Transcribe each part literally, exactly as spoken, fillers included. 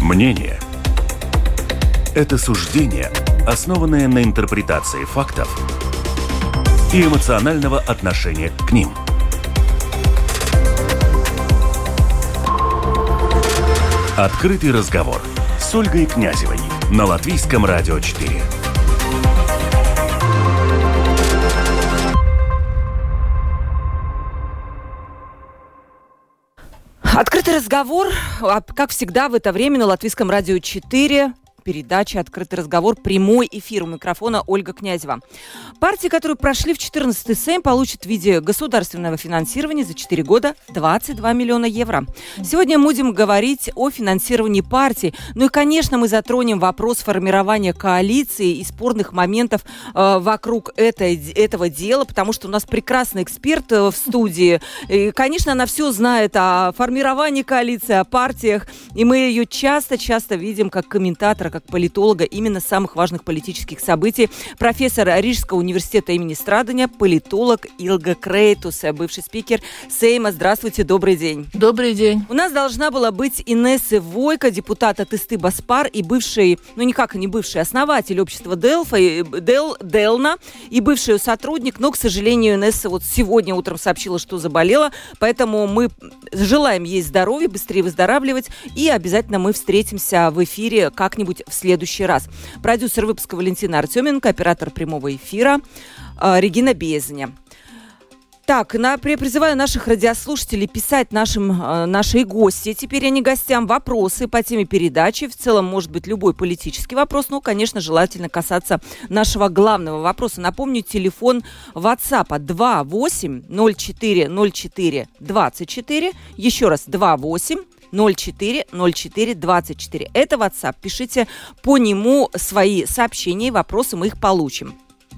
Мнение – это суждение, основанное на интерпретации фактов и эмоционального отношения к ним. Открытый разговор с Ольгой Князевой на Латвийском радио четыре. Открытый разговор, как всегда, в это время на Латвийском радио четыре. Передача «Открытый разговор», прямой эфир. У микрофона Ольга Князева. Партии, которые прошли в четырнадцатый Сейм, получат в виде государственного финансирования за четыре года двадцать два миллиона евро. Сегодня мы будем говорить о финансировании партий. Ну и, конечно, мы затронем вопрос формирования коалиции и спорных моментов э, вокруг этой, этого дела, потому что у нас прекрасный эксперт э, в студии. И, конечно, она все знает о формировании коалиции, о партиях. И мы ее часто-часто видим как комментатора, как политолога именно самых важных политических событий. Профессор Рижского университета имени Страдания, политолог Илга Крейтус, бывший спикер Сейма. Здравствуйте, добрый день. Добрый день. У нас должна была быть Инесса Войко, депутат от Исты Баспар и бывший, ну никак и не бывший, основатель общества Делфа, Дел, Делна и бывший ее сотрудник, но, к сожалению, Инесса вот сегодня утром сообщила, что заболела, поэтому мы желаем ей здоровья, быстрее выздоравливать, и обязательно мы встретимся в эфире как-нибудь в следующий раз. Продюсер выпуска Валентина Артеменко, оператор прямого эфира э, Регина Безня. Так, на, призываю наших радиослушателей писать нашим, э, нашей гости, теперь они гостям, вопросы по теме передачи. В целом, может быть, любой политический вопрос, но, конечно, желательно касаться нашего главного вопроса. Напомню, телефон WhatsApp два восемь ноль четыре ноль четыре двадцать четыре. Еще раз, два восемь ноль четыре ноль четыре двадцать четыре. Это WhatsApp. Пишите по нему свои сообщения и вопросы, мы их получим.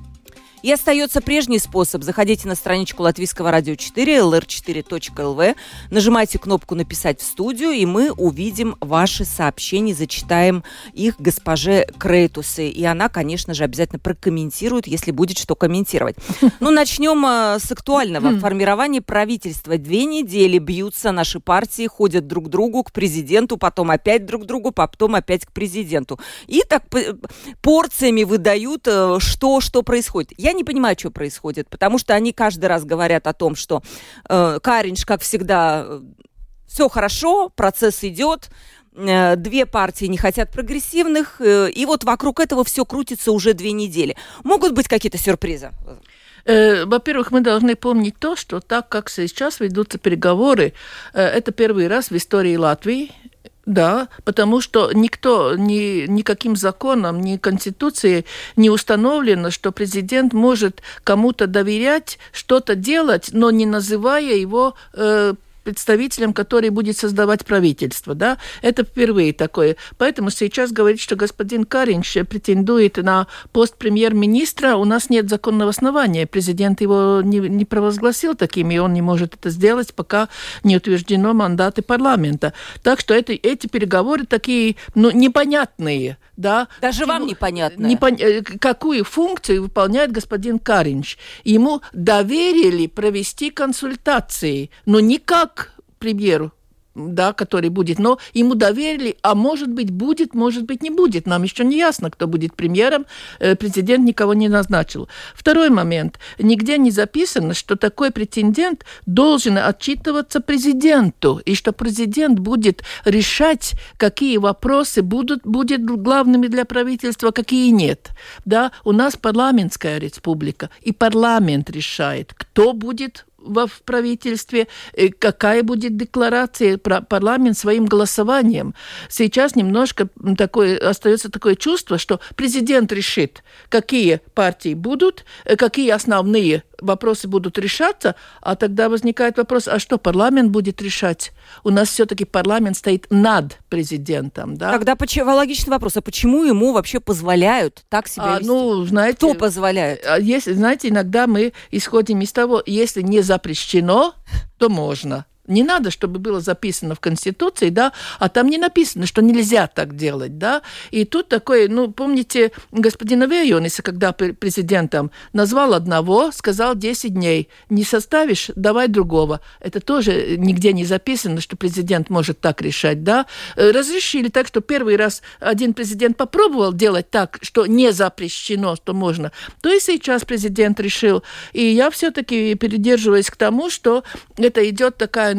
И остается прежний способ. Заходите на страничку Латвийского радио четыре, эл эр четыре точка эл ви, нажимайте кнопку «Написать в студию», и мы увидим ваши сообщения, зачитаем их госпоже Крейтусе. И она, конечно же, обязательно прокомментирует, если будет что комментировать. Ну, начнем э, с актуального. Формирование правительства. Две недели бьются наши партии, ходят друг к другу, к президенту, потом опять друг к другу, потом опять к президенту. И так порциями выдают, э, что, что происходит. Я Я не понимаю, что происходит, потому что они каждый раз говорят о том, что э, Каринш, как всегда, э, все хорошо, процесс идет, э, две партии не хотят прогрессивных, э, и вот вокруг этого все крутится уже две недели. Могут быть какие-то сюрпризы? Во-первых, мы должны помнить то, что так как сейчас ведутся переговоры, это первый раз в истории Латвии. Да, потому что никто, ни, никаким законом, ни конституцией не установлено, что президент может кому-то доверять, что-то делать, но не называя его э, представителем, который будет создавать правительство. Да? Это впервые такое. Поэтому сейчас говорить, что господин Каринш претендует на пост премьер-министра, у нас нет законного основания. Президент его не, не провозгласил таким, и он не может это сделать, пока не утверждено мандаты парламента. Так что это, эти переговоры такие, ну, непонятные. Да? Даже вам непонятно. Непон... Какую функцию выполняет господин Каринш? Ему доверили провести консультации, но не как премьеру, да, который будет, но ему доверили, а может быть будет, может быть не будет. Нам еще не ясно, кто будет премьером, президент никого не назначил. Второй момент. Нигде не записано, что такой претендент должен отчитываться президенту, и что президент будет решать, какие вопросы будут, будут главными для правительства, какие нет. Да, у нас парламентская республика, и парламент решает, кто будет в правительстве, какая будет декларация, парламент своим голосованием. Сейчас немножко такое, остается такое чувство, что президент решит, какие партии будут, какие основные вопросы будут решаться, а тогда возникает вопрос, а что парламент будет решать? У нас все-таки парламент стоит над президентом. Да? Тогда почему, логичный вопрос, а почему ему вообще позволяют так себя а, вести? Ну, знаете, кто позволяет? Если, знаете, иногда мы исходим из того, если не запрещено, то можно. Не надо, чтобы было записано в Конституции, да, а там не написано, что нельзя так делать, да. И тут такое, ну, помните, господина Вейониса, когда президентом назвал одного, сказал десять дней. Не составишь, давай другого. Это тоже нигде не записано, что президент может так решать, да. Разрешили так, что первый раз один президент попробовал делать так, что не запрещено, что можно, то и сейчас президент решил. И я все-таки придерживаюсь к тому, что это идет такая,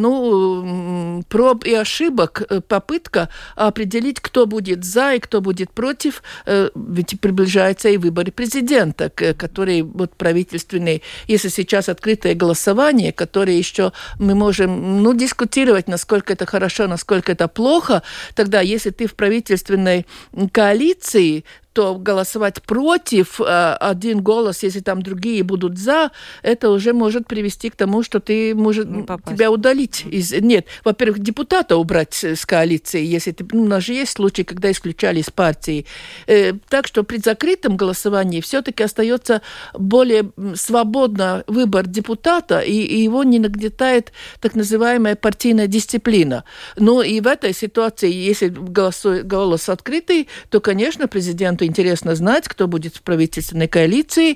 ну, проб и ошибок, попытка определить, кто будет за и кто будет против, ведь приближаются и выборы президента, которые вот правительственные. Если сейчас открытое голосование, которое еще мы можем, ну, дискутировать, насколько это хорошо, насколько это плохо, тогда, если ты в правительственной коалиции, то голосовать против один голос, если там другие будут за, это уже может привести к тому, что ты может тебя удалить. Из... Нет, во-первых, депутата убрать с коалиции, если ты... Ну, у нас же есть случаи, когда исключали из партии. Так что при закрытом голосовании все-таки остается более свободно выбор депутата, и, и его не нагнетает так называемая партийная дисциплина. Ну и в этой ситуации, если голос, голос открытый, то, конечно, президент интересно знать, кто будет в правительственной коалиции,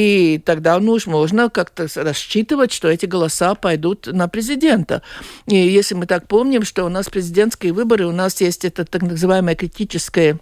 и тогда ну, уж можно как-то рассчитывать, что эти голоса пойдут на президента. И если мы так помним, что у нас президентские выборы, у нас есть это так называемое критическое,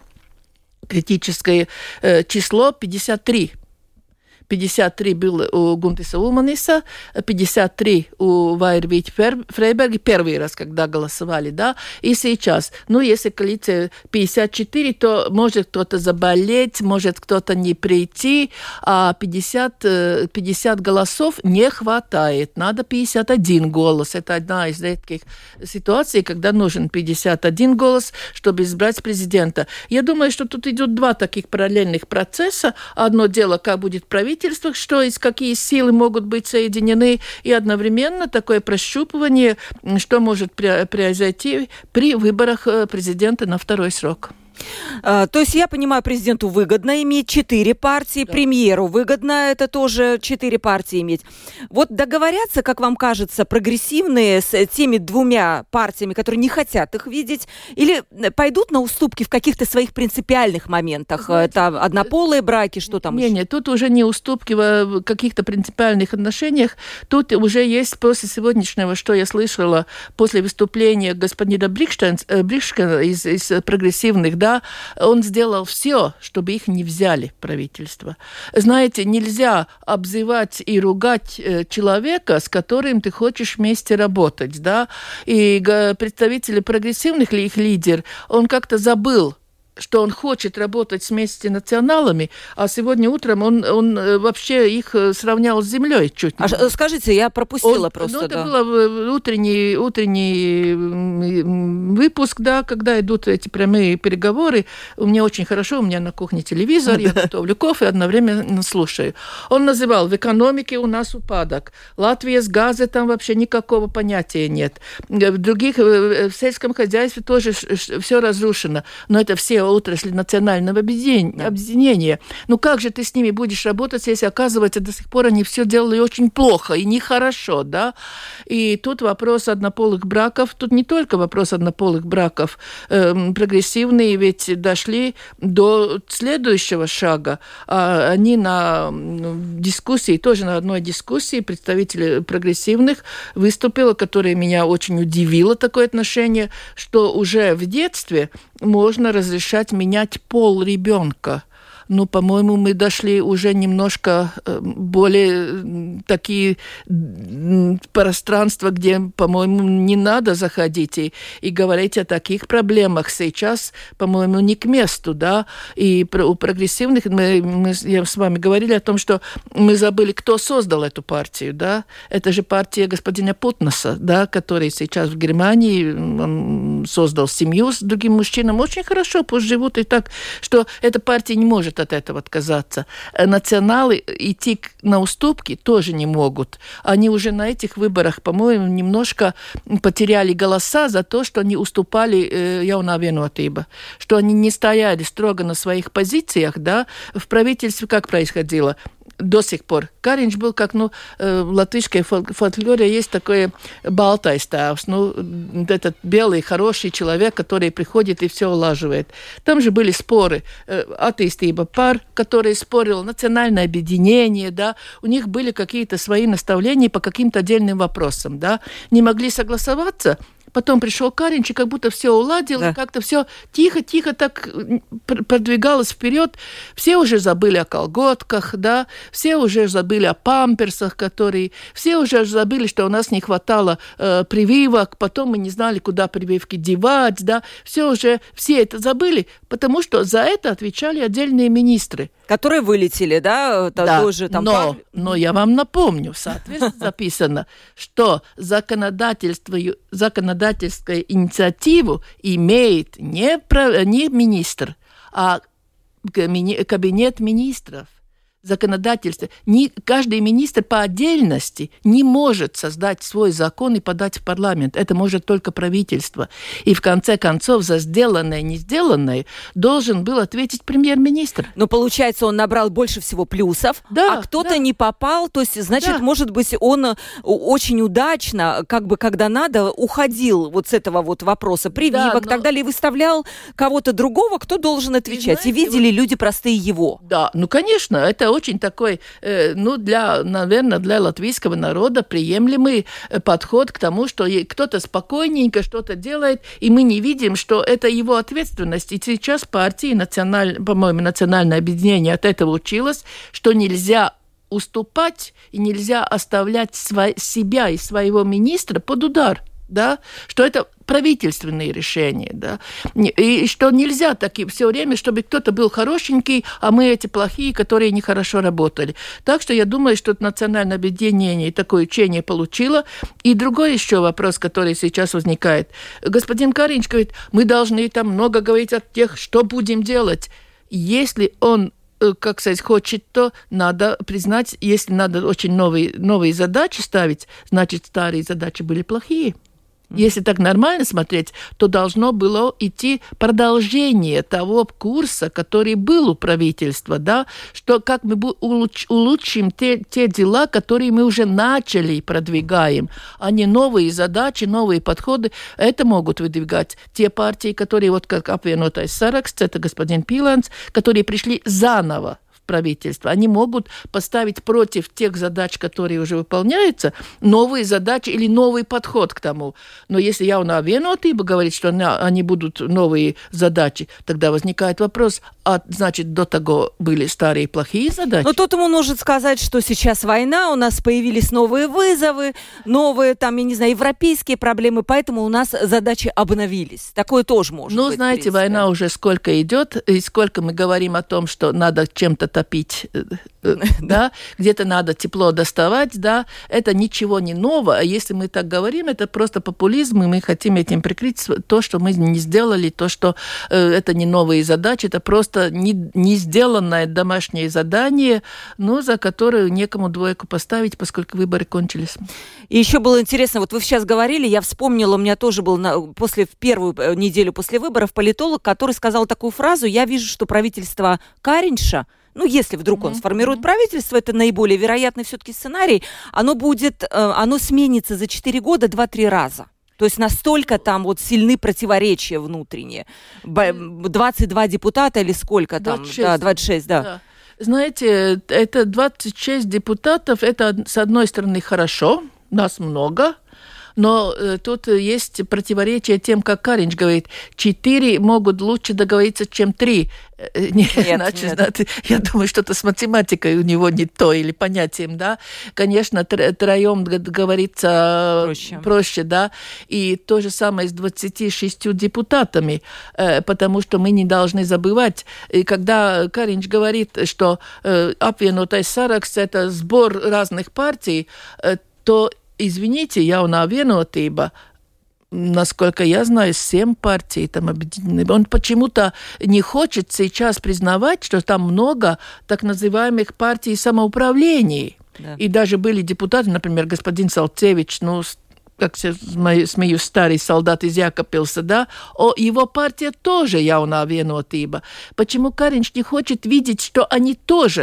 критическое э, число пятьдесят три. пятьдесят три было у Гунтиса Улманиса, пятьдесят три у Вайрвити Фрейберга, первый раз, когда голосовали, да, и сейчас. Ну, если коалиция пятьдесят четыре, то может кто-то заболеть, может кто-то не прийти, а пятьдесят, пятьдесят голосов не хватает. Надо пятьдесят один голос. Это одна из редких ситуаций, когда нужен пятьдесят один голос, чтобы избрать президента. Я думаю, что тут идут два таких параллельных процесса. Одно дело, как будет правительство, что из какие силы могут быть соединены, и одновременно такое прощупывание, что может произойти при выборах президента на второй срок. А, то есть, я понимаю, президенту выгодно иметь четыре партии, да. Премьеру выгодно это тоже четыре партии иметь. Вот договорятся, как вам кажется, прогрессивные с теми двумя партиями, которые не хотят их видеть, или пойдут на уступки в каких-то своих принципиальных моментах? Знаете, это однополые браки, что там? Не, не, тут уже не уступки в каких-то принципиальных отношениях. Тут уже есть после сегодняшнего, что я слышала, после выступления господина Брикштейна из, из прогрессивных, да, он сделал все, чтобы их не взяли в правительство. Знаете, нельзя обзывать и ругать человека, с которым ты хочешь вместе работать, да, и представитель прогрессивных, их лидер, он как-то забыл, что он хочет работать вместе с националами, а сегодня утром он, он вообще их сравнял с землей чуть не. А скажите, я пропустила он, просто. Ну, это да. был утренний, утренний выпуск, да, когда идут эти прямые переговоры. У меня очень хорошо, у меня на кухне телевизор, я готовлю кофе, одновременно слушаю. Он называл, в экономике у нас упадок. Латвия с газа там вообще никакого понятия нет. В других, в сельском хозяйстве тоже все разрушено. Но это все отрасли национального объединения. Ну как же ты с ними будешь работать, если, оказывается, до сих пор они все делали очень плохо и нехорошо, да? И тут вопрос однополых браков, тут не только вопрос однополых браков, э, прогрессивные ведь дошли до следующего шага. А они на дискуссии, тоже на одной дискуссии представители прогрессивных выступили, которое меня очень удивило, такое отношение, что уже в детстве можно разрешать менять пол ребенка. Ну, по-моему, мы дошли уже немножко более такие пространства, где, по-моему, не надо заходить и, и говорить о таких проблемах. Сейчас, по-моему, не к месту, да. И у прогрессивных, мы, мы, я с вами говорили о том, что мы забыли, кто создал эту партию, да. Это же партия господина Путнаса, да, который сейчас в Германии, он создал семью с другим мужчином. Очень хорошо, пусть живут и так, что эта партия не может от этого отказаться. Националы идти на уступки тоже не могут. Они уже на этих выборах, по-моему, немножко потеряли голоса за то, что они уступали э, Jaunā Vienotība, что они не стояли строго на своих позициях, да. В правительстве как происходило? до сих пор. Каринч был как, ну, в латышской фольклоре есть такой балtais tēvs, ну, этот белый, хороший человек, который приходит и все улаживает. Там же были споры. Attīstība par, который спорил, национальное объединение, да, у них были какие-то свои наставления по каким-то отдельным вопросам, да, не могли согласоваться. Потом пришел Каринч, и как будто все уладил, да. Как-то все тихо-тихо так продвигалось вперед. Все уже забыли о колготках, да, все уже забыли о памперсах, которые... Все уже забыли, что у нас не хватало э, прививок, потом мы не знали, куда прививки девать, да. Все уже, все это забыли, потому что за это отвечали отдельные министры. Которые вылетели, да? Да, тоже, там, но, но я вам напомню, соответственно, записано, что законодательство, законодательскую инициативу имеет не, не министр, а кабинет министров. Законодательство. Не, каждый министр по отдельности не может создать свой закон и подать в парламент. Это может только правительство. И в конце концов за сделанное и не сделанное должен был ответить премьер-министр. Но получается, он набрал больше всего плюсов, да, а кто-то да. не попал. То есть, значит, да. может быть, он очень удачно, как бы когда надо, уходил вот с этого вот вопроса прививок, да, но... так далее, и выставлял кого-то другого, кто должен отвечать. И, знаете, и видели вот... люди простые его. Да, ну, конечно, это очень такой, э, ну, для, наверное, для латвийского народа приемлемый подход к тому, что кто-то спокойненько что-то делает, и мы не видим, что это его ответственность. И сейчас партия, националь... по-моему, национальное объединение от этого училось, что нельзя уступать и нельзя оставлять сво... себя и своего министра под удар. Да, что это правительственные решения, да, и что нельзя так и все время, чтобы кто-то был хорошенький, а мы эти плохие, которые нехорошо работали. Так что я думаю, что национальное объединение такое учение получило. И другой еще вопрос, который сейчас возникает. Господин Каринч говорит, мы должны там много говорить о тех, что будем делать. Если он как сказать, хочет, то надо признать, если надо очень новые, новые задачи ставить, значит, старые задачи были плохие. Если так нормально смотреть, то должно было идти продолжение того курса, который был у правительства, да, что как мы улуч- улучшим те, те дела, которые мы уже начали и продвигаем, а не новые задачи, новые подходы. Это могут выдвигать те партии, которые, вот как apvienotais saraksts, это господин Пиланс, которые пришли заново правительства. Они могут поставить против тех задач, которые уже выполняются, новые задачи или новый подход к тому. Но если Jaunā Vienotība говорит, что они будут новые задачи, тогда возникает вопрос, а значит, до того были старые плохие задачи? Но тут ему нужно сказать, что сейчас война, у нас появились новые вызовы, новые, там, я не знаю, европейские проблемы, поэтому у нас задачи обновились. Такое тоже может ну, быть. Ну, знаете, война уже сколько идет, и сколько мы говорим о том, что надо чем-то топить, да, где-то надо тепло доставать, да, это ничего не нового, а если мы так говорим, это просто популизм, и мы хотим этим прикрыть то, что мы не сделали, то, что э, это не новые задачи, это просто не, не сделанное домашнее задание, но за которое некому двойку поставить, поскольку выборы кончились. И еще было интересно, вот вы сейчас говорили, я вспомнила, у меня тоже был на, после, в первую неделю после выборов политолог, который сказал такую фразу: «Я вижу, что правительство Каринша, ну, если вдруг он mm-hmm. сформирует правительство, это наиболее вероятный все-таки сценарий, оно будет, оно сменится за четыре года два-три раза». То есть настолько там вот сильны противоречия внутренние. двадцать два депутата или сколько там? двадцать шесть. Да, двадцать шесть, да. да. Знаете, это двадцать шесть депутатов, это, с одной стороны, хорошо, нас много, но э, тут есть противоречие тем, как Каринч говорит, четыре могут лучше договориться, чем три. Нет, нет, значит, нет. Я думаю, что-то с математикой у него не то, или понятием, да. Конечно, троем договориться проще. проще, да. И то же самое с двадцатью шестью депутатами, потому что мы не должны забывать, и когда Каринч говорит, что apvienotais saraksts – это сбор разных партий, то, извините, Jaunā Vienotība, насколько я знаю, семь партий там объединены. Он почему-то не хочет сейчас признавать, что там много так называемых партий самоуправлений. Да. И даже были депутаты, например, господин Салцевич, ну, как смеюсь, старый солдат из Jēkabpilsa, да, о, его партия тоже Jaunā Vienotība. Почему Каринч не хочет видеть, что они тоже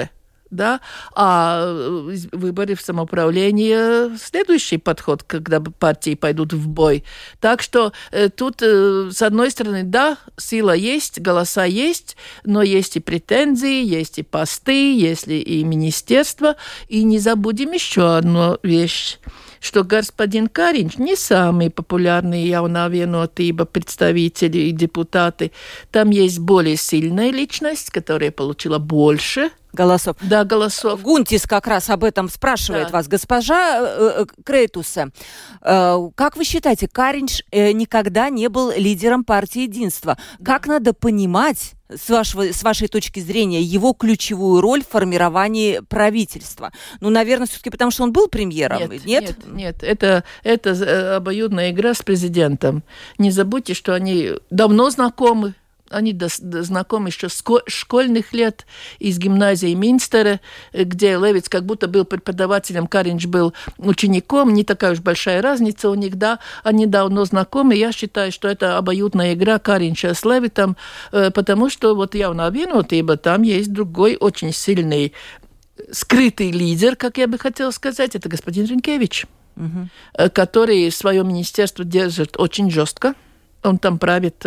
да, а выборы в самоуправление следующий подход, когда партии пойдут в бой. Так что э, тут, э, с одной стороны, да, сила есть, голоса есть, но есть и претензии, есть и посты, есть и министерства. И не забудем еще одну вещь, что господин Каринч не самый популярный яунавиенотība представители и депутаты. Там есть более сильная личность, которая получила больше голосов. Да, голосов. Гунтис как раз об этом спрашивает да. вас. Госпожа э, Крейтусе, э, как вы считаете, Каринч э, никогда не был лидером партии Единства? Да. Как надо понимать, с, вашего, с вашей точки зрения, его ключевую роль в формировании правительства? Ну, наверное, все-таки потому, что он был премьером? Нет, нет, нет, нет. Это, это обоюдная игра с президентом. Не забудьте, что они давно знакомы. Они до, до, знакомы еще с школьных лет из гимназии Минстера, где Левиц как будто был преподавателем, Каринч был учеником. Не такая уж большая разница у них, да. Они давно знакомы. Я считаю, что это обоюдная игра Каринча с Левитом, потому что вот Jaunā-Vienotība, там есть другой очень сильный скрытый лидер, как я бы хотела сказать, это господин Ринкевич, угу. который свое министерство держит очень жестко. Он там правит,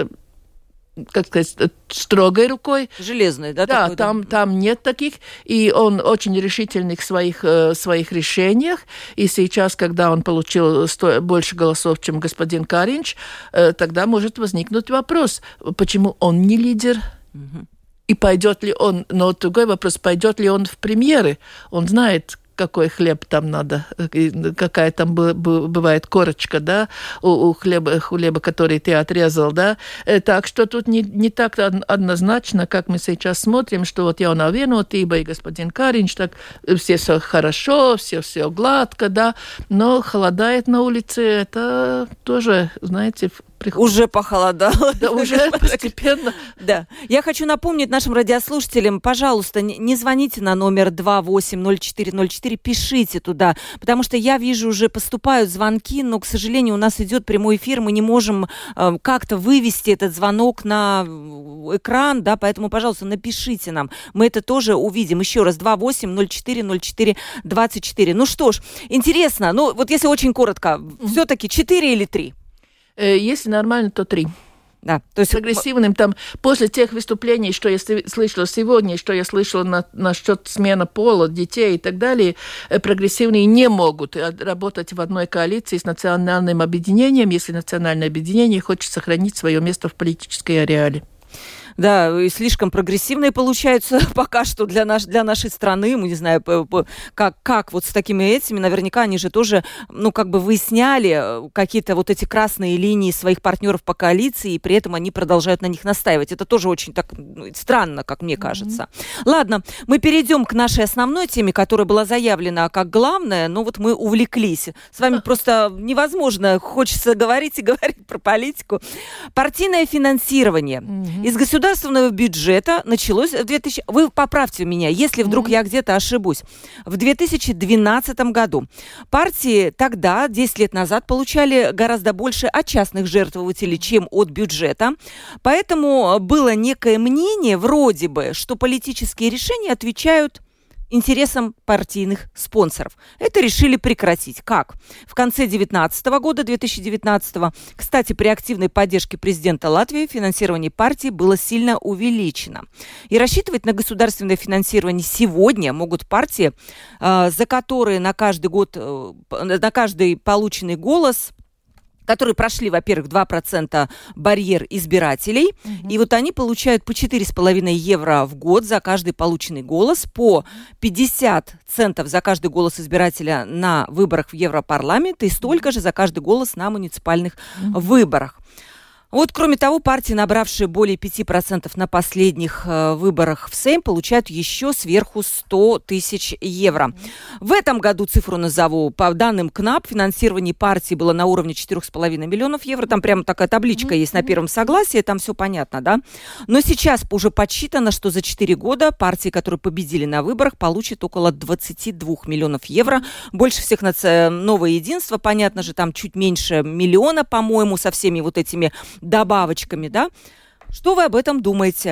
как сказать, строгой рукой. Железной, да? Да, такой, там, да? там нет таких. И он очень решительный в своих, э, своих решениях. И сейчас, когда он получил сто, больше голосов, чем господин Каринч, э, тогда может возникнуть вопрос, почему он не лидер? Угу. И пойдет ли он, но другой вопрос, пойдет ли он в премьеры? Он знает, какой хлеб там надо, какая там бывает корочка, да, у, у хлеба, хлеба, который ты отрезал, да. Так что тут не, не так однозначно, как мы сейчас смотрим, что вот Jaunā-Vienotība и господин Каринч, так все все хорошо, все все гладко, да, но холодает на улице, это тоже, знаете, Приход... Уже похолодало. Да, уже постепенно. Да. Я хочу напомнить нашим радиослушателям, пожалуйста, не звоните на номер два восемь ноль четыре ноль четыре, пишите туда, потому что я вижу, уже поступают звонки, но, к сожалению, у нас идет прямой эфир, мы не можем э, как-то вывести этот звонок на экран, да, поэтому, пожалуйста, напишите нам, мы это тоже увидим. Еще раз, два восемь ноль четыре ноль четыре двадцать четыре. Ну что ж, интересно, ну вот если очень коротко, mm-hmm. все-таки четыре или три? Если нормально, то три. Да, то есть прогрессивным там после тех выступлений, что я слышала сегодня, что я слышала на, насчет смены пола, детей и так далее, прогрессивные не могут работать в одной коалиции с национальным объединением, если национальное объединение хочет сохранить свое место в политической ареале. Да, и слишком прогрессивные получаются пока что для, наш, для нашей страны. Мы не знаю, как, как вот с такими этими. Наверняка они же тоже, ну, как бы выясняли какие-то вот эти красные линии своих партнеров по коалиции, и при этом они продолжают на них настаивать. Это тоже очень так странно, как мне кажется. Mm-hmm. Ладно, мы перейдем к нашей основной теме, которая была заявлена как главная, но вот мы увлеклись. С вами просто невозможно, хочется говорить и говорить про политику. Партийное финансирование. Mm-hmm. Из государственного Государственного бюджета началось в две тысячи... Вы поправьте меня, если вдруг mm-hmm. я где-то ошибусь. В две тысячи двенадцатом году партии тогда, десять лет назад, получали гораздо больше от частных жертвователей, чем от бюджета. Поэтому было некое мнение, вроде бы, что политические решения отвечают интересам партийных спонсоров. Это решили прекратить. Как? В конце девятнадцатого года, две тысячи девятнадцатого, кстати, при активной поддержке президента Латвии финансирование партии было сильно увеличено. И рассчитывать на государственное финансирование сегодня могут партии, э, за которые на каждый год, э, на каждый полученный голос, которые прошли, во-первых, два процента барьер избирателей, угу. и вот они получают по четыре с половиной евро в год за каждый полученный голос, по пятьдесят центов за каждый голос избирателя на выборах в Европарламент и столько же за каждый голос на муниципальных угу. выборах. Вот, кроме того, партии, набравшие более пяти процентов на последних э, выборах в Сейм, получают еще сверху сто тысяч евро. В этом году цифру назову. По данным КНАП, финансирование партии было на уровне четыре с половиной миллионов евро. Там прямо такая табличка mm-hmm. есть на первом согласии, там все понятно, да? Но сейчас уже подсчитано, что за четыре года партии, которые победили на выборах, получат около двадцать два миллионов евро. Больше всех наци... Новое единство, понятно же, там чуть меньше миллиона, по-моему, со всеми вот этими добавочками, да? Что вы об этом думаете?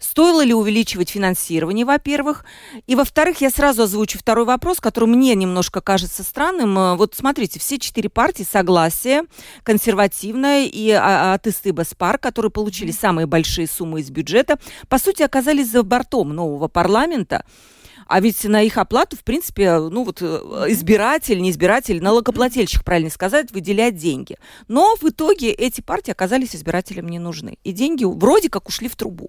Стоило ли увеличивать финансирование, во-первых? И, во-вторых, я сразу озвучу второй вопрос, который мне немножко кажется странным. Вот смотрите, все четыре партии «Согласие», «Консервативная» и «Атысты Баспар», которые получили самые большие суммы из бюджета, по сути, оказались за бортом нового парламента. А ведь на их оплату, в принципе, ну вот избиратель, не избиратель, налогоплательщик, правильно сказать, выделяет деньги. Но в итоге эти партии оказались избирателям не нужны. И деньги вроде как ушли в трубу.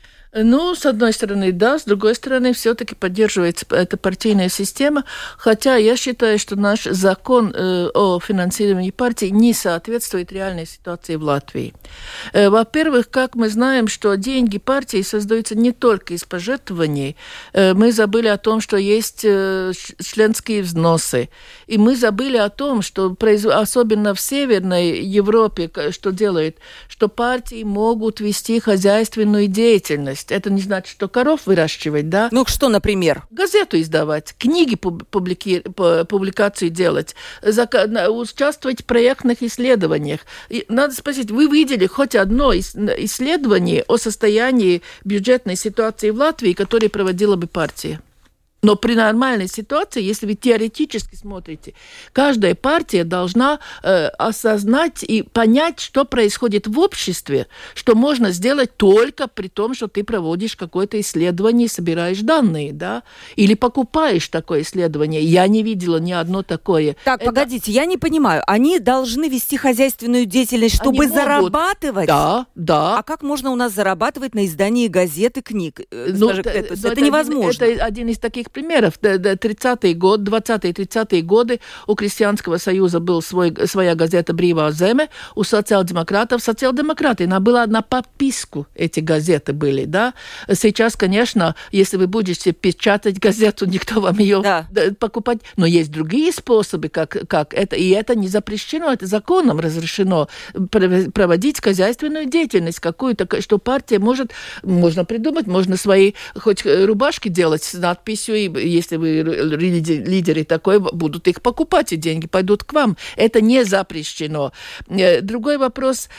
Ну, с одной стороны, да, с другой стороны, все-таки поддерживается эта партийная система, хотя я считаю, что наш закон э, о финансировании партий не соответствует реальной ситуации в Латвии. Э, во-первых, как мы знаем, что деньги партии создаются не только из пожертвований, э, мы забыли о том, что есть э, членские взносы, и мы забыли о том, что особенно в Северной Европе, что делают, что партии могут вести хозяйственную деятельность. Это не значит, что коров выращивать, да? Ну, что, например? Газету издавать, книги публики... публикации делать, зака... участвовать в проектных исследованиях. И надо спросить, вы видели хоть одно исследование о состоянии бюджетной ситуации в Латвии, которое проводила бы партия? Но при нормальной ситуации, если вы теоретически смотрите, каждая партия должна э, осознать и понять, что происходит в обществе, что можно сделать только при том, что ты проводишь какое-то исследование и собираешь данные, да, или покупаешь такое исследование. Я не видела ни одно такое. Так, Это... погодите, я не понимаю. Они должны вести хозяйственную деятельность, чтобы Они зарабатывать? Да, да. А как можно у нас зарабатывать на издании газет и книг? Ну, Скажи, это, это, это, это невозможно. Это один из таких примеров. тридцатые годы, двадцатые-тридцатые годы у Крестьянского союза был свой, своя газета «Брīvā zeme», у социал-демократов социал-демократы. Она была на подписку, эти газеты были, да. Сейчас, конечно, если вы будете печатать газету, никто вам ее да. покупать. Но есть другие способы, как, как это, и это не запрещено, это законом разрешено проводить хозяйственную деятельность какую-то, что партия может, можно придумать, можно свои хоть рубашки делать с надписью, и если вы лидеры такой, будут их покупать, и деньги пойдут к вам. Это не запрещено. Другой вопрос.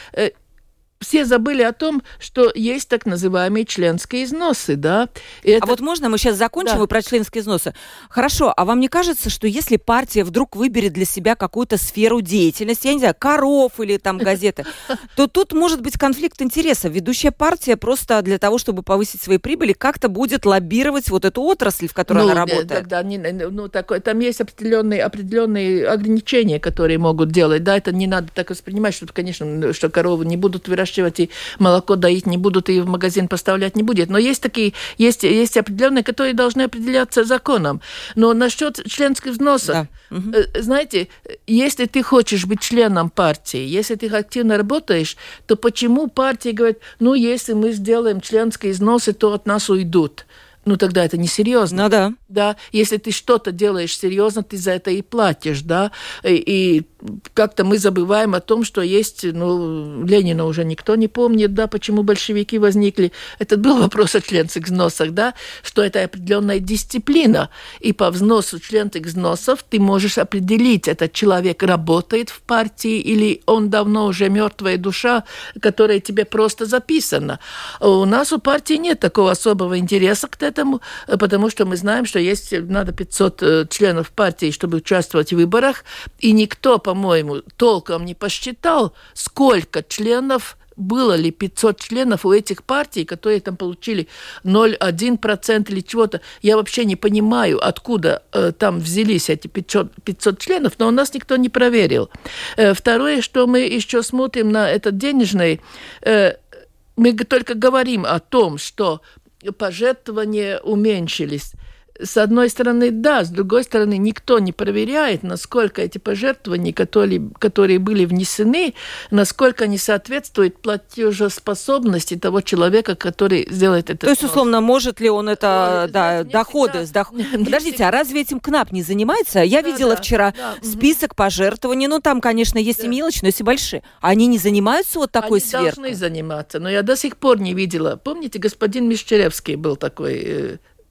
Все забыли о том, что есть так называемые членские взносы, да. Это... А вот можно мы сейчас закончим да. и про членские взносы? Хорошо, а вам не кажется, что если партия вдруг выберет для себя какую-то сферу деятельности, я не знаю, коров или там газеты, то тут может быть конфликт интересов. Ведущая партия просто для того, чтобы повысить свои прибыли, как-то будет лоббировать вот эту отрасль, в которой ну, она работает. Тогда, ну, такое, там есть определенные, определенные ограничения, которые могут делать. Да, это не надо так воспринимать, что, конечно, что коровы не будут выращивать, и молоко доить не будут, и в магазин поставлять не будет. Но есть такие, есть, есть определенные, которые должны определяться законом. Но насчет членских взносов, да. угу. знаете, если ты хочешь быть членом партии, если ты активно работаешь, то почему партии говорят, ну, если мы сделаем членские взносы, то от нас уйдут? Ну, тогда это несерьезно. Ну, да. Да, если ты что-то делаешь серьезно, ты за это и платишь, да, и, и как-то мы забываем о том, что есть, ну, Ленина уже никто не помнит, да, почему большевики возникли. Это был вопрос о членских взносах, да, что это определенная дисциплина, и по взносу членских взносов ты можешь определить, этот человек работает в партии или он давно уже мертвая душа, которая тебе просто записана. У нас у партии нет такого особого интереса к этому, потому что мы знаем, что есть, надо пятьсот членов партии, чтобы участвовать в выборах, и никто, по-моему, толком не посчитал, сколько членов, было ли пятьсот членов у этих партий, которые там получили ноль целых одна десятая процента или чего-то. Я вообще не понимаю, откуда э, там взялись эти пятьсот, пятьсот членов, но у нас никто не проверил. Э, второе, что мы еще смотрим на этот денежный, э, мы только говорим о том, что пожертвования уменьшились. С одной стороны, да, с другой стороны, никто не проверяет, насколько эти пожертвования, которые, которые были внесены, насколько они соответствуют платежеспособности того человека, который сделает это. То есть, условно, может ли он это, ну, да, не доходы? С дох... Подождите, а разве этим КНАП не занимается? Я да, видела да, вчера да. список пожертвований, ну, там, конечно, есть да. и мелочи, но есть и большие. Они не занимаются вот такой они сверкой? Они должны заниматься, но я до сих пор не видела. Помните, господин Мещеревский был такой...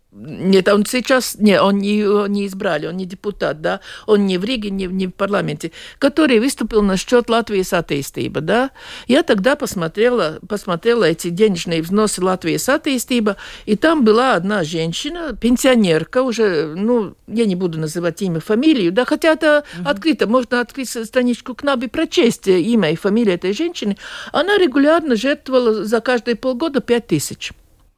Нет, он сейчас, не, он не, его не избрали, он не депутат, да, он не в Риге, не, не в парламенте, который выступил насчет Латвийс attīstība, да. Я тогда посмотрела, посмотрела эти денежные взносы Латвийс attīstība, и там была одна женщина, пенсионерка уже, ну, я не буду называть имя, фамилию, да, хотя это угу. открыто, можно открыть страничку КНАБ и прочесть имя и фамилию этой женщины. Она регулярно жертвовала за каждые полгода пять тысяч.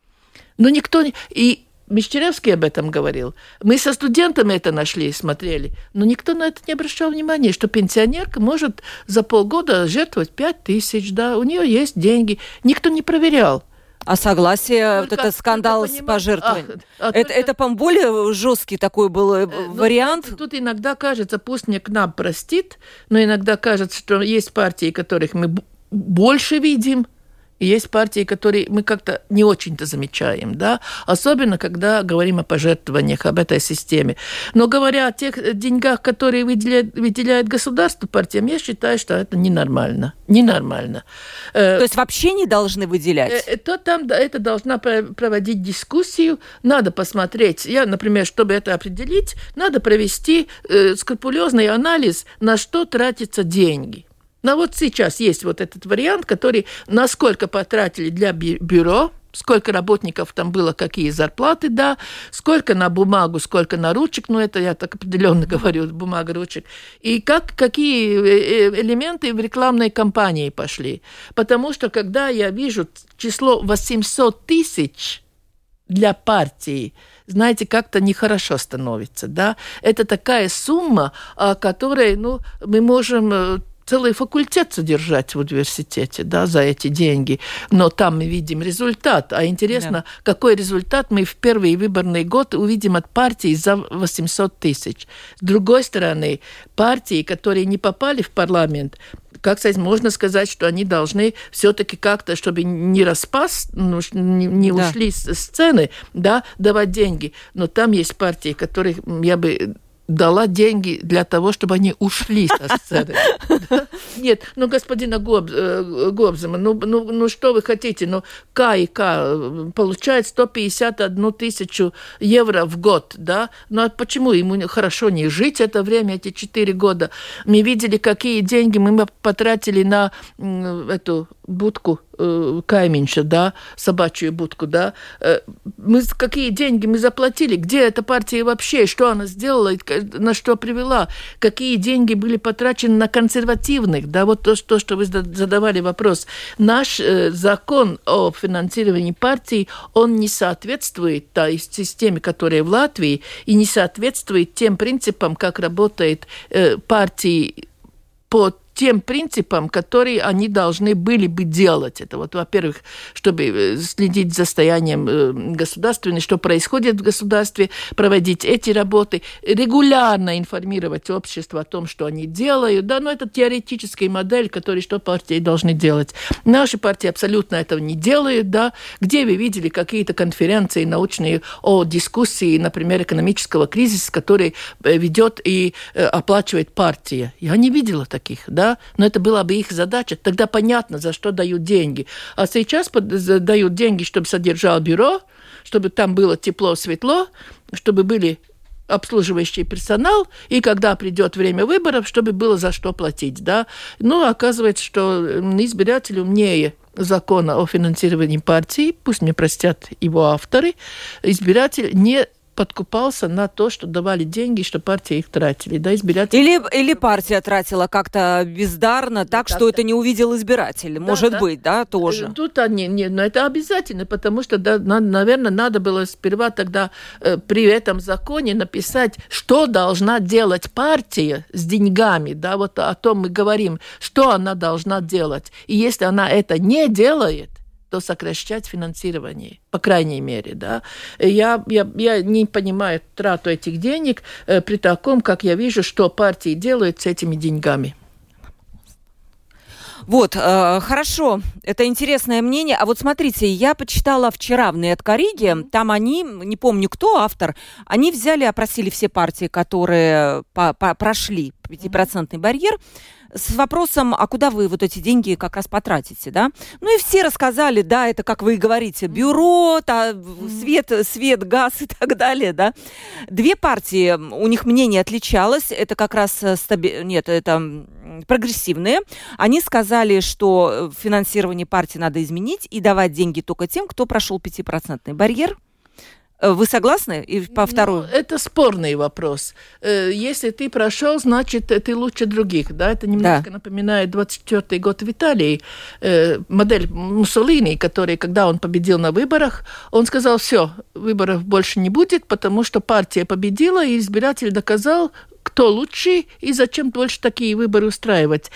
Но никто не... И Мещеревский об этом говорил. Мы со студентами это нашли и смотрели, но никто на это не обращал внимания, что пенсионерка может за полгода жертвовать пять тысяч, да, у нее есть деньги, никто не проверял. А согласие, только, вот этот скандал с пожертвованием, а, а это, только... это, по-моему, более жесткий такой был э, вариант? Тут, тут иногда кажется, пусть мне КНАБ простит, но иногда кажется, что есть партии, которых мы больше видим, и есть партии, которые мы как-то не очень-то замечаем, да, особенно когда говорим о пожертвованиях, об этой системе. Но говоря о тех деньгах, которые выделяет, выделяет государство партиям, я считаю, что это ненормально. Ненормально. То есть вообще не должны выделять? То там это должна проводить дискуссию, надо посмотреть. Я, например, чтобы это определить, надо провести скрупулезный анализ, на что тратятся деньги. Но вот сейчас есть вот этот вариант, который насколько потратили для бюро, сколько работников там было, какие зарплаты, да, сколько на бумагу, сколько на ручек, ну, это я так определенно говорю, бумага, ручек, и как, какие элементы в рекламной кампании пошли. Потому что, когда я вижу число восемьсот тысяч для партии, знаете, как-то нехорошо становится, да. Это такая сумма, о которой, ну, мы можем... целый факультет содержать в университете, да, за эти деньги. Но там мы видим результат. А интересно, да. какой результат мы в первый выборный год увидим от партии за восемьсот тысяч. С другой стороны, партии, которые не попали в парламент, как сказать, можно сказать, что они должны все-таки как-то, чтобы не распас, ну, не, не да. ушли с сцены, да, давать деньги. Но там есть партии, которых я бы... дала деньги для того, чтобы они ушли со сцены. Нет, ну, господина Гобзема, ну, ну, ну, что вы хотите? Ну, К и К получает сто пятьдесят одну тысячу евро в год, да? Ну, а почему ему хорошо не жить это время, эти четыре года? Мы видели, какие деньги мы потратили на эту будку Кайминша, да, собачью будку, да. Мы, какие деньги мы заплатили? Где эта партия вообще? Что она сделала? На что привела? Какие деньги были потрачены на консервативных? Да, вот то, что, что вы задавали вопрос. Наш э, закон о финансировании партий, он не соответствует той системе, которая в Латвии, и не соответствует тем принципам, как работает э, партии по тем принципам, которые они должны были бы делать. Это вот, во-первых, чтобы следить за состоянием государства, что происходит в государстве, проводить эти работы, регулярно информировать общество о том, что они делают. Да, но это теоретическая модель, которую что партии должны делать. Наши партии абсолютно этого не делают. Да. Где вы видели какие-то конференции научные о дискуссии, например, экономического кризиса, который ведет и оплачивает партия? Я не видела таких, да. Да? Но это была бы их задача. Тогда понятно, за что дают деньги. А сейчас дают деньги, чтобы содержал бюро, чтобы там было тепло, светло, чтобы были обслуживающий персонал, и когда придет время выборов, чтобы было за что платить. Да? Ну, оказывается, что избиратели умнее закона о финансировании партии, пусть мне простят его авторы, избиратель не подкупался на то, что давали деньги, что партии их тратили. Да, избиратели... или, или партия тратила как-то бездарно, так, так что это не увидел избиратель. Да, может да. быть, да, тоже. Тут они, не, но это обязательно, потому что, да, на, наверное, надо было сперва тогда э, при этом законе написать, что должна делать партия с деньгами. Да, вот о том мы говорим, что она должна делать. И если она это не делает, то сокращать финансирование, по крайней мере, да. Я, я, я не понимаю трату этих денег э, при таком, как я вижу, что партии делают с этими деньгами. Вот, э, хорошо, это интересное мнение. А вот смотрите, я почитала вчера в Неткориге, там они, не помню кто автор, они взяли, опросили все партии, которые по- по- прошли пятипроцентный барьер, с вопросом, а куда вы вот эти деньги как раз потратите, да? Ну и все рассказали, да, это, как вы и говорите, бюро, та, свет, свет, газ и так далее, да. Две партии, у них мнение отличалось, это как раз, стаби... нет, это прогрессивные. Они сказали, что финансирование партии надо изменить и давать деньги только тем, кто прошел пятипроцентный барьер. Вы согласны? И по второму? Ну, это спорный вопрос. Если ты прошел, значит, ты лучше других. Да? Это немножко да. напоминает двадцать четвёртый год в Италии. Модель Муссолини, который, когда он победил на выборах, он сказал, все, выборов больше не будет, потому что партия победила, и избиратель доказал, кто лучше и зачем больше такие выборы устраивать.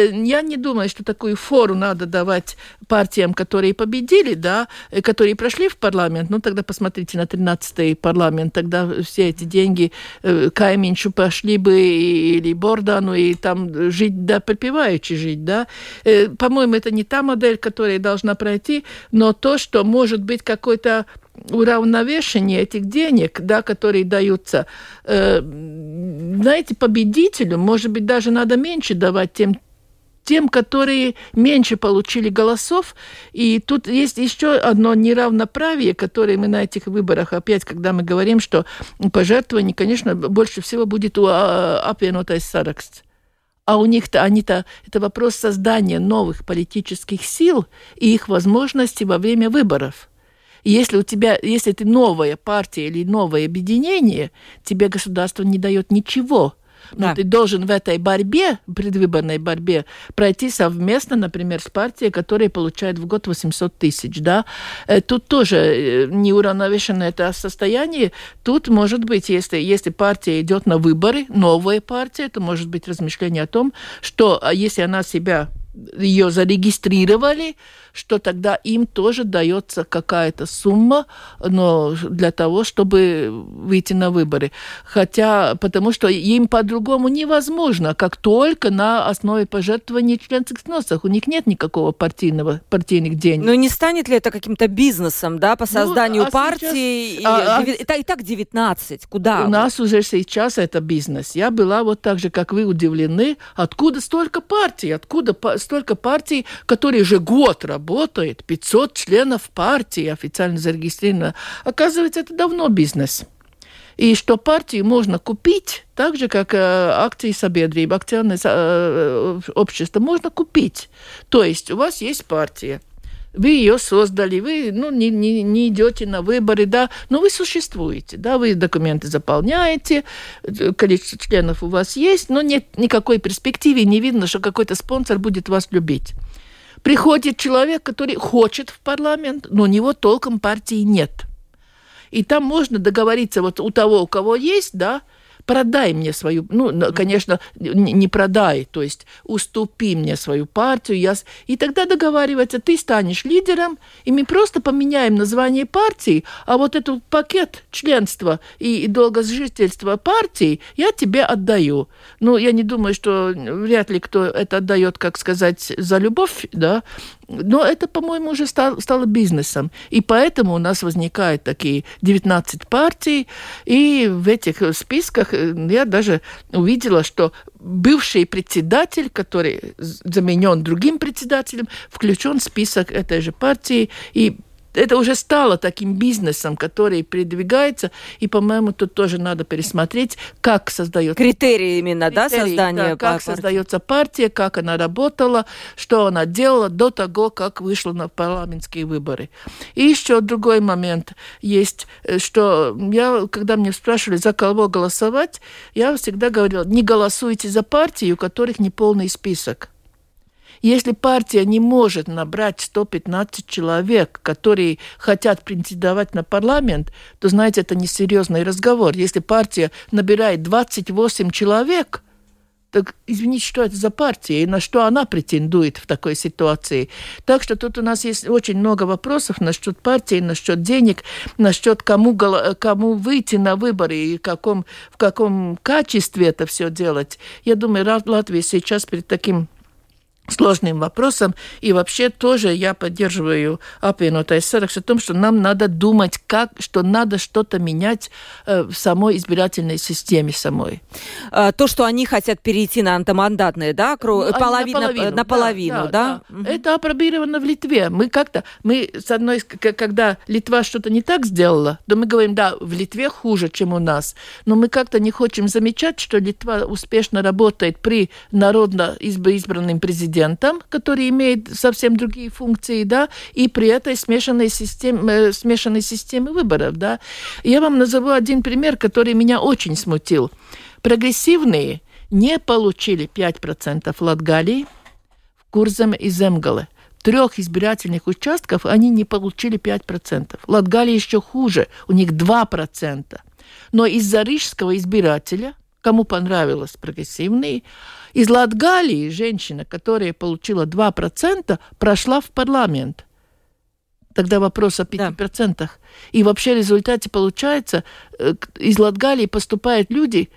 Я не думаю, что такую фору надо давать партиям, которые победили, да, которые прошли в парламент. Ну, тогда посмотрите на тринадцатый парламент, тогда все эти деньги Кайминчу пошли бы или Бордану, и там жить, да, припеваючи жить, да. По-моему, это не та модель, которая должна пройти, но то, что может быть какой-то уравновешение этих денег, да, которые даются, э, знаете, победителю, может быть, даже надо меньше давать тем, тем, которые меньше получили голосов. И тут есть еще одно неравноправие, которое мы на этих выборах, опять, когда мы говорим, что пожертвований, конечно, больше всего будет у Апвиenotais Saraksts. А у них-то, они-то, это вопрос создания новых политических сил и их возможностей во время выборов. Если у тебя, если ты новая партия или новое объединение, тебе государство не дает ничего. Но да. ты должен в этой борьбе, предвыборной борьбе, пройти совместно, например, с партией, которая получает в год восемьсот тысяч. Да? Тут тоже неуравновешенное это состояние. Тут, может быть, если, если партия идет на выборы, новая партия, то может быть размышление о том, что если она себя, ее зарегистрировали, что тогда им тоже дается какая-то сумма, но для того, чтобы выйти на выборы. Хотя, потому что им по-другому невозможно, как только на основе пожертвований членских взносов. У них нет никакого партийного, партийных денег. Но не станет ли это каким-то бизнесом, да, по созданию ну, а партии? Сейчас... И, а, и, а... и так девятнадцать. Куда? У вы? Нас уже сейчас это бизнес. Я была вот так же, как вы, удивлены, откуда столько партий, откуда столько партий, которые же год работают, работает, пятьсот членов партии официально зарегистрировано. Оказывается, это давно бизнес. И что партии можно купить, так же, как э, акции Sabiedrība, акционное э, общество, можно купить. То есть у вас есть партия, вы ее создали, вы ну, не, не, не идете на выборы, да, но вы существуете, да, вы документы заполняете, количество членов у вас есть, но нет никакой перспективы, не видно, что какой-то спонсор будет вас любить. Приходит человек, который хочет в парламент, но у него толком партии нет. И там можно договориться вот у того, у кого есть, да, продай мне свою, ну, конечно, не продай, то есть уступи мне свою партию, я... и тогда договариваться, ты станешь лидером, и мы просто поменяем название партии, а вот этот пакет членства и, и долгожительства партии я тебе отдаю. Ну, я не думаю, что вряд ли кто это отдает, как сказать, за любовь, да, но это, по-моему, уже стало, стало бизнесом. И поэтому у нас возникают такие девятнадцать партий, и в этих списках я даже увидела, что бывший председатель, который заменен другим председателем, включен в список этой же партии, и это уже стало таким бизнесом, который передвигается, и, по-моему, тут тоже надо пересмотреть, как создается... Критерии именно, критерии, да, создания да, как партии. Создается партия, как она работала, что она делала до того, как вышла на парламентские выборы. И еще другой момент есть, что я, когда меня спрашивали, за кого голосовать, я всегда говорила, не голосуйте за партии, у которых неполный список. Если партия не может набрать сто пятнадцать человек, которые хотят претендовать на парламент, то, знаете, это несерьезный разговор. Если партия набирает двадцать восемь человек, так, извините, что это за партия и на что она претендует в такой ситуации. Так что тут у нас есть очень много вопросов насчет партии, насчет денег, насчет кому, кому выйти на выборы и в каком, в каком качестве это все делать. Я думаю, Латвия сейчас перед таким сложным вопросом. И вообще тоже я поддерживаю Apvienotais Saraksts о том, что нам надо думать, как, что надо что-то менять э, в самой избирательной системе самой. То, что они хотят перейти на одномандатные, да, кру... ну, половина, наполовину, наполовину, да? да, да? да. Это опробировано в Литве. Мы как-то, мы с одной, когда Литва что-то не так сделала, то мы говорим, да, в Литве хуже, чем у нас. Но мы как-то не хотим замечать, что Литва успешно работает при народно избранном президенте, который имеет совсем другие функции, да, и при этой смешанной системе, смешанной системе выборов, да. Я вам назову один пример, который меня очень смутил. Прогрессивные не получили пять процентов Латгалии, в Курземе и Земгале. Трех избирательных участков они не получили пять процентов. Латгалия еще хуже, у них два процента. Но из-за рижского избирателя, кому понравилось прогрессивные, из Латгалии женщина, которая получила два процента, прошла в парламент. Тогда вопрос о пяти процентах. Да. И вообще в результате получается, из Латгалии поступают люди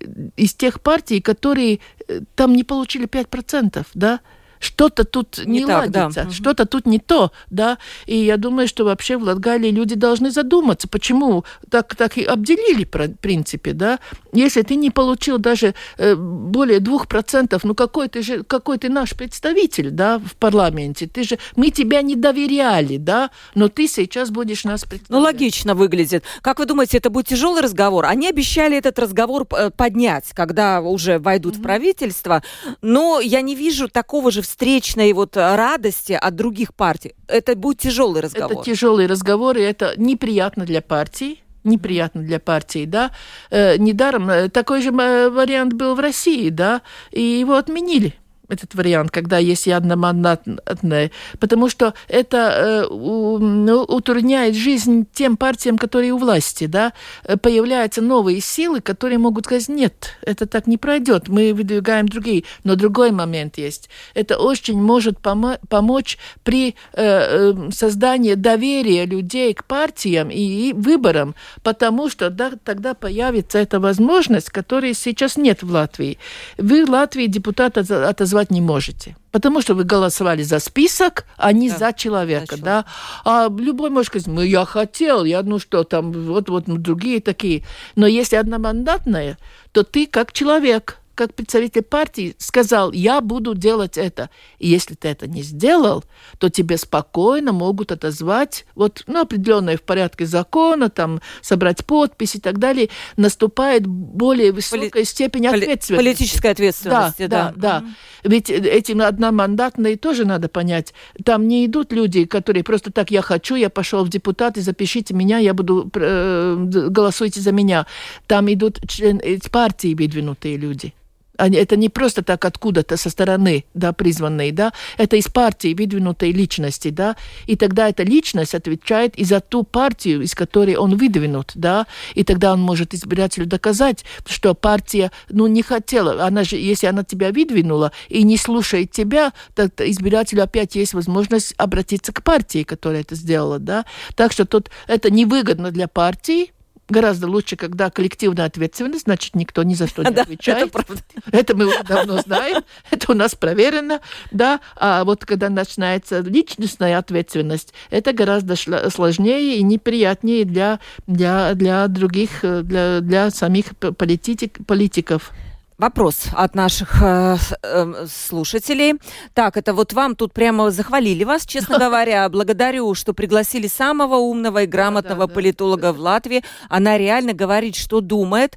из тех партий, которые там не получили пять процентов, да? Что-то тут не, не так, ладится, да. Что-то тут не то, да, и я думаю, что вообще в Латгалии люди должны задуматься, почему так, так и обделили, в принципе, да, если ты не получил даже э, более двух процентов, ну какой ты же, какой ты наш представитель, да, в парламенте, ты же, мы тебя не доверяли, да, но ты сейчас будешь нас представлять. Ну, логично выглядит. Как вы думаете, это будет тяжелый разговор? Они обещали этот разговор поднять, когда уже войдут mm-hmm. в правительство, но я не вижу такого же встречной вот радости от других партий. Это будет тяжелый разговор. Это тяжелый разговор, и это неприятно для партий. Неприятно для партии, да. Э, недаром такой же вариант был в России, да, и его отменили. Этот вариант, когда есть одномандатная, потому что это э, у, ну, утрудняет жизнь тем партиям, которые у власти, да, появляются новые силы, которые могут сказать, нет, это так не пройдет, мы выдвигаем другие, но другой момент есть. Это очень может помо- помочь при э, создании доверия людей к партиям и, и выборам, потому что да, тогда появится эта возможность, которой сейчас нет в Латвии. Вы в Латвии депутата отозвали не можете. Потому что вы голосовали за список, а не да, за человека, за да. А любой может сказать, ну, я хотел, я, ну что там, вот-вот, ну, другие такие. Но если одномандатная, то ты как человек, как представитель партии сказал, я буду делать это. И если ты это не сделал, то тебе спокойно могут отозвать, вот, ну, определенное в порядке закона, там, собрать подпись и так далее. Наступает более высокая Поли... степень ответственности. Политической ответственности, да. Да, да, да. Ведь этим одномандатные тоже надо понять. Там не идут люди, которые просто так, я хочу, я пошел в депутаты, запишите меня, я буду, э, голосуйте за меня. Там идут член, партии выдвинутые люди. Это не просто так откуда-то со стороны, да, призванные, да, это из партии выдвинутой личности, да, и тогда эта личность отвечает и за ту партию, из которой он выдвинут, да, и тогда он может избирателю доказать, что партия, ну, не хотела, она же, если она тебя выдвинула и не слушает тебя, то избирателю опять есть возможность обратиться к партии, которая это сделала, да, так что тут это невыгодно для партии. Гораздо лучше, когда коллективная ответственность, значит, никто ни за что не отвечает. Да, это, это мы уже давно знаем, это у нас проверено, да. А вот когда начинается личностная ответственность, это гораздо сложнее и неприятнее для, для, для других, для, для самих политик, политиков. Вопрос от наших э, э, слушателей. Так, это вот вам тут прямо захвалили вас, честно говоря. Благодарю, что пригласили самого умного и грамотного да, да, политолога да. в Латвии. Она реально говорит, что думает.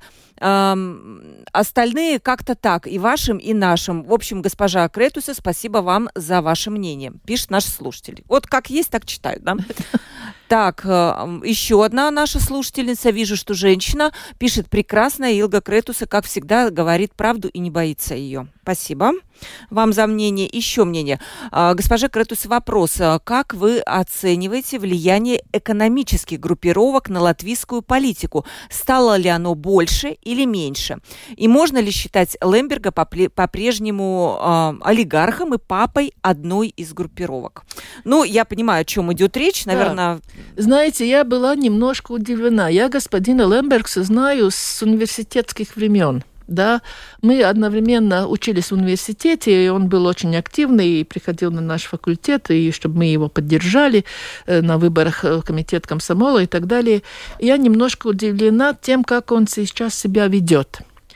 Эм, остальные как-то так, и вашим, и нашим. В общем, госпожа Кретусе, спасибо вам за ваше мнение, пишет наш слушатель. Вот как есть, так читают, да? Так, еще одна наша слушательница, вижу, что женщина, пишет прекрасно, Илга Кретусе, как всегда, говорит правду и не боится ее. Спасибо вам за мнение. Еще мнение. Госпожа Кретусе, вопрос. Как вы оцениваете влияние экономических группировок на латвийскую политику? Стало ли оно больше или меньше? И можно ли считать Лемберга по-прежнему э, олигархом и папой одной из группировок? Ну, я понимаю, о чем идет речь, наверное... Да. Знаете, я была немножко удивлена. Я господина Лембергса знаю с университетских времен. Да, мы одновременно учились в университете, и он был очень активный, и приходил на наш факультет, и чтобы мы его поддержали на выборах в комитет комсомола и так далее. Я немножко удивлена тем, как он сейчас себя ведет.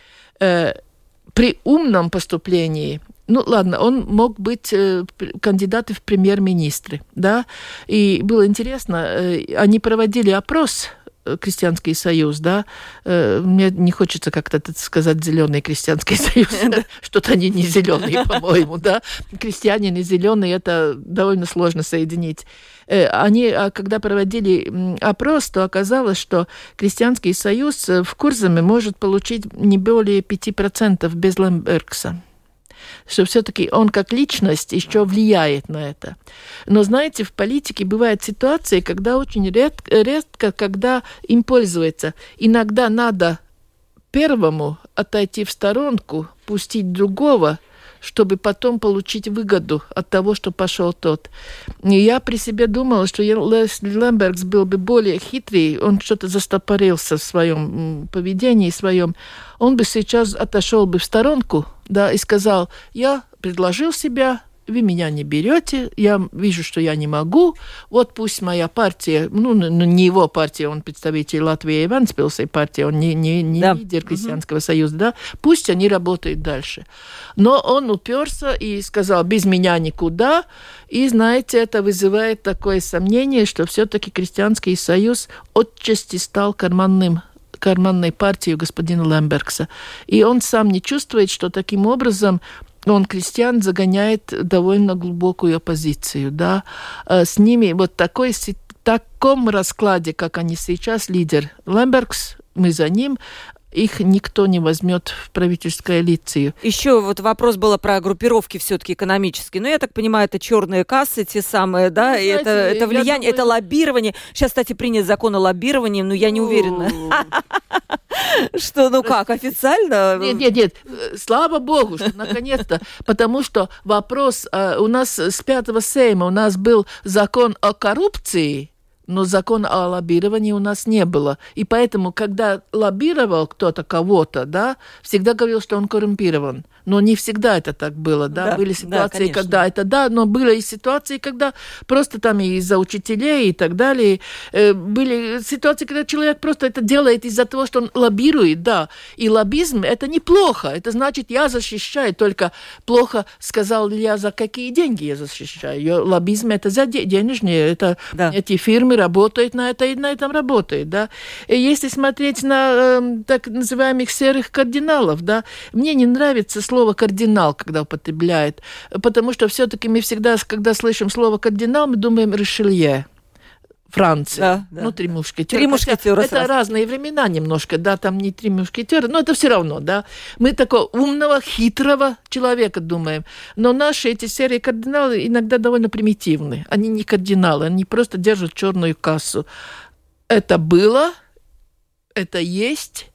При умном поступлении, ну ладно, он мог быть кандидатом в премьер-министры, да, и было интересно, они проводили опрос, Крестьянский союз, да, мне не хочется как-то сказать зеленый крестьянский союз, что-то они не зеленые, по-моему, да, крестьяне не зеленые, это довольно сложно соединить. Они, когда проводили опрос, то оказалось, что Крестьянский союз в Курзаме может получить не более пяти процентов без Лембергса. Что все-таки он как личность еще влияет на это. Но, знаете, в политике бывают ситуации, когда очень редко, редко когда им пользуются. Иногда надо первому отойти в сторонку, пустить другого, чтобы потом получить выгоду от того, что пошел тот. И я при себе думала, что если Лембергс был бы более хитрый, он что-то застопорился в своем поведении, своем, он бы сейчас отошел бы в сторонку, да, и сказал: я предложил себя, вы меня не берете, я вижу, что я не могу, вот пусть моя партия, ну, не его партия, он представитель Латвии и Вентспилсной партии, он не, не, не да. лидер Крестьянского угу. союза, да, пусть они работают дальше. Но он уперся и сказал: без меня никуда, и, знаете, это вызывает такое сомнение, что все-таки Крестьянский союз отчасти стал карманным карманной партией господина Лембергса. И он сам не чувствует, что таким образом он крестьян загоняет довольно глубокую оппозицию. Да? С ними вот такой, в таком раскладе, как они сейчас, лидер Лембергс, мы за ним, их никто не возьмет в правительство коалицию. Еще вот вопрос был про группировки все-таки экономические. Ну, я так понимаю, это черные кассы, те самые, да, ну, знаете, это, это влияние, думаю... это лоббирование. Сейчас, кстати, принят закон о лоббировании, но я не уверена. Что, ну как, официально? Нет, нет, нет, слава богу, что наконец-то, потому что вопрос, у нас с пятого сейма у нас был закон о коррупции, но закона о лоббировании у нас не было. И поэтому, когда лоббировал кто-то кого-то, да, всегда говорил, что он коррумпирован. Но не всегда это так было, да. да были ситуации, да, когда это да, но были и ситуации, когда просто там из-за учителей и так далее. Э, были ситуации, когда человек просто это делает из-за того, что он лоббирует, да. И лоббизм – это неплохо. Это значит, я защищаю, только плохо сказал ли я, за какие деньги я защищаю. Лоббизм – это за денежные, это да. эти фирмы работают на это и на этом работают, да. И если смотреть на э, так называемых серых кардиналов, да, мне не нравится слово слово «кардинал», когда употребляет, потому что все-таки мы всегда, когда слышим слово «кардинал», мы думаем «Ришелье». Франция. Да, да, ну, три мушкетера. Три мушкетера. Это сразу. Разные времена немножко, да, там не три мушкетера, но это все равно, да. Мы такого умного, хитрого человека думаем. Но наши эти серые кардиналы иногда довольно примитивны. Они не кардиналы, они просто держат черную кассу. Это было, это есть.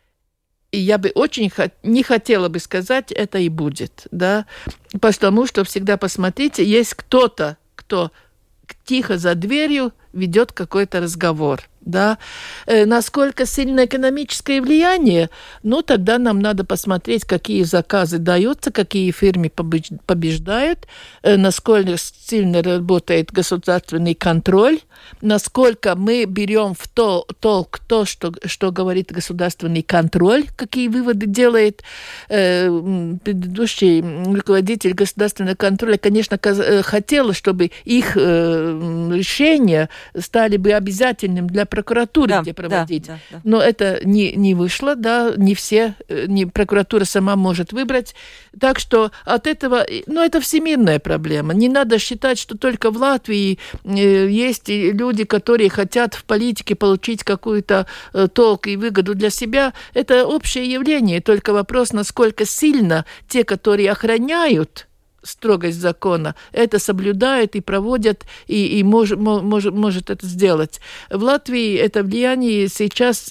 И я бы очень хот- не хотела бы сказать, это и будет, да, потому что всегда посмотрите, есть кто-то, кто тихо за дверью ведет какой-то разговор, да. Э, насколько сильно экономическое влияние, ну, тогда нам надо посмотреть, какие заказы даются, какие фирмы побеждают, э, насколько сильно работает государственный контроль, насколько мы берем в то, толк то, что, что говорит государственный контроль, какие выводы делает э, предыдущий руководитель государственного контроля, конечно, хотел, чтобы их э, решения стали бы обязательным для прокуратуры, да, где проводить. Да, да, да. Но это не, не вышло, да, не все, не прокуратура сама может выбрать. Так что от этого, ну, это всемирная проблема. Не надо считать, что только в Латвии э, есть люди, которые хотят в политике получить какую-то э, толк и выгоду для себя. Это общее явление. Только вопрос, насколько сильно те, которые охраняют строгость закона, это соблюдают и проводят, и, и мож, мож, может это сделать. В Латвии это влияние сейчас,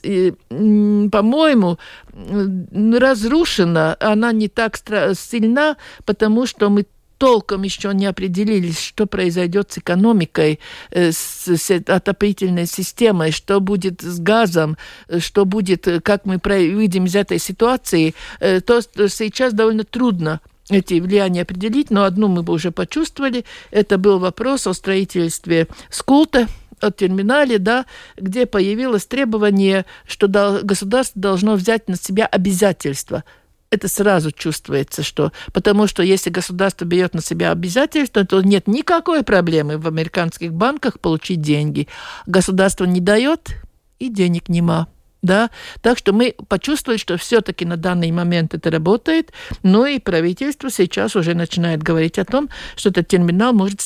по-моему, разрушено. Она не так сильна, потому что мы толком еще не определились, что произойдет с экономикой, с, с отопительной системой, что будет с газом, что будет, как мы выйдем из этой ситуации, то сейчас довольно трудно эти влияния определить, но одну мы бы уже почувствовали. Это был вопрос о строительстве Скулта, о терминале, да, где появилось требование, что государство должно взять на себя обязательства. Это сразу чувствуется, что... Потому что если государство берет на себя обязательства, то нет никакой проблемы в американских банках получить деньги. Государство не дает, и денег нема. Да? Так что мы почувствовали, что все-таки на данный момент это работает, но и правительство сейчас уже начинает говорить о том, что этот терминал может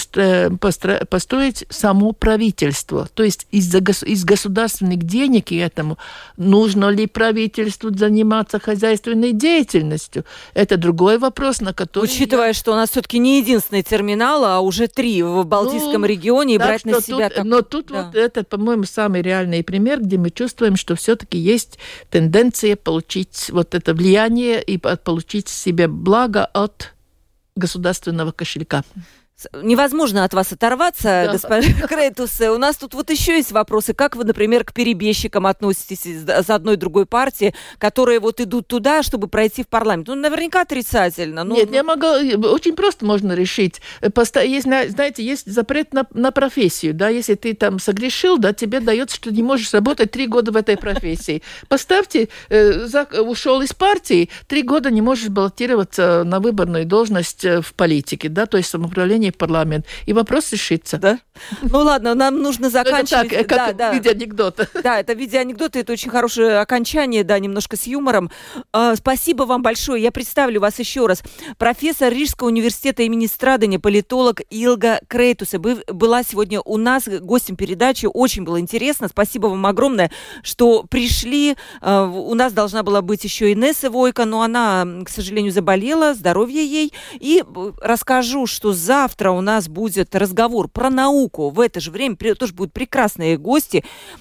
построить само правительство. То есть из-за, из государственных денег и этому нужно ли правительству заниматься хозяйственной деятельностью? Это другой вопрос, на который... Учитывая, я... что у нас все-таки не единственный терминал, а уже три в Балтийском ну, регионе, и брать на себя... Тут, так... Но тут да. вот это, по-моему, самый реальный пример, где мы чувствуем, что все-таки есть тенденция получить вот это влияние и получить себе благо от государственного кошелька. Невозможно от вас оторваться, да. Господин Крейтус. У нас тут вот еще есть вопросы. Как вы, например, к перебежчикам относитесь из одной другой партии, которые вот идут туда, чтобы пройти в парламент? Ну, наверняка отрицательно. Ну, Нет, ну... я могу... Очень просто можно решить. Есть, знаете, есть запрет на, на профессию. Да? Если ты там согрешил, да, тебе дается, что ты не можешь работать три года в этой профессии. Поставьте, э, за, ушел из партии, три года не можешь баллотироваться на выборную должность в политике, да, то есть самоуправление в парламент, и вопрос решится. Да? Ну ладно, нам нужно заканчивать. Это так, как да, в виде да. анекдота. Да, это в виде анекдота, это очень хорошее окончание, да, немножко с юмором. Э, спасибо вам большое. Я представлю вас еще раз. Профессор Рижского университета имени Страдания, политолог Илга Крейтусе была сегодня у нас гостем передачи. Очень было интересно. Спасибо вам огромное, что пришли. Э, у нас должна была быть еще Инесса Войко, но она, к сожалению, заболела. Здоровья ей. И расскажу, что завтра у нас будет разговор про науку. В это же время тоже будут прекрасные гости.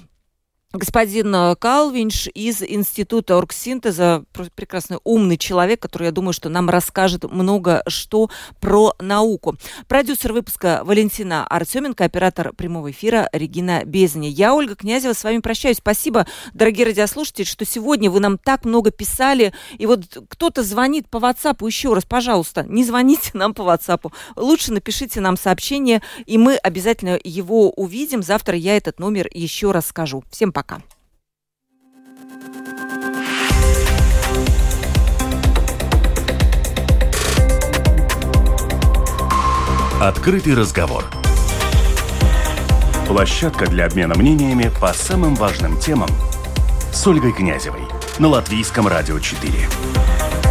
Господин Калвинш из Института оргсинтеза, прекрасный умный человек, который, я думаю, что нам расскажет много что про науку. Продюсер выпуска Валентина Артеменко, оператор прямого эфира Регина Безня. Я, Ольга Князева, с вами прощаюсь. Спасибо, дорогие радиослушатели, что сегодня вы нам так много писали. И вот кто-то звонит по WhatsApp. Еще раз, пожалуйста, не звоните нам по WhatsApp. Лучше напишите нам сообщение, и мы обязательно его увидим. Завтра я этот номер еще раз скажу. Всем пока. Пока. Открытый разговор. Площадка для обмена мнениями по самым важным темам с Ольгой Князевой на Латвийском радио четыре.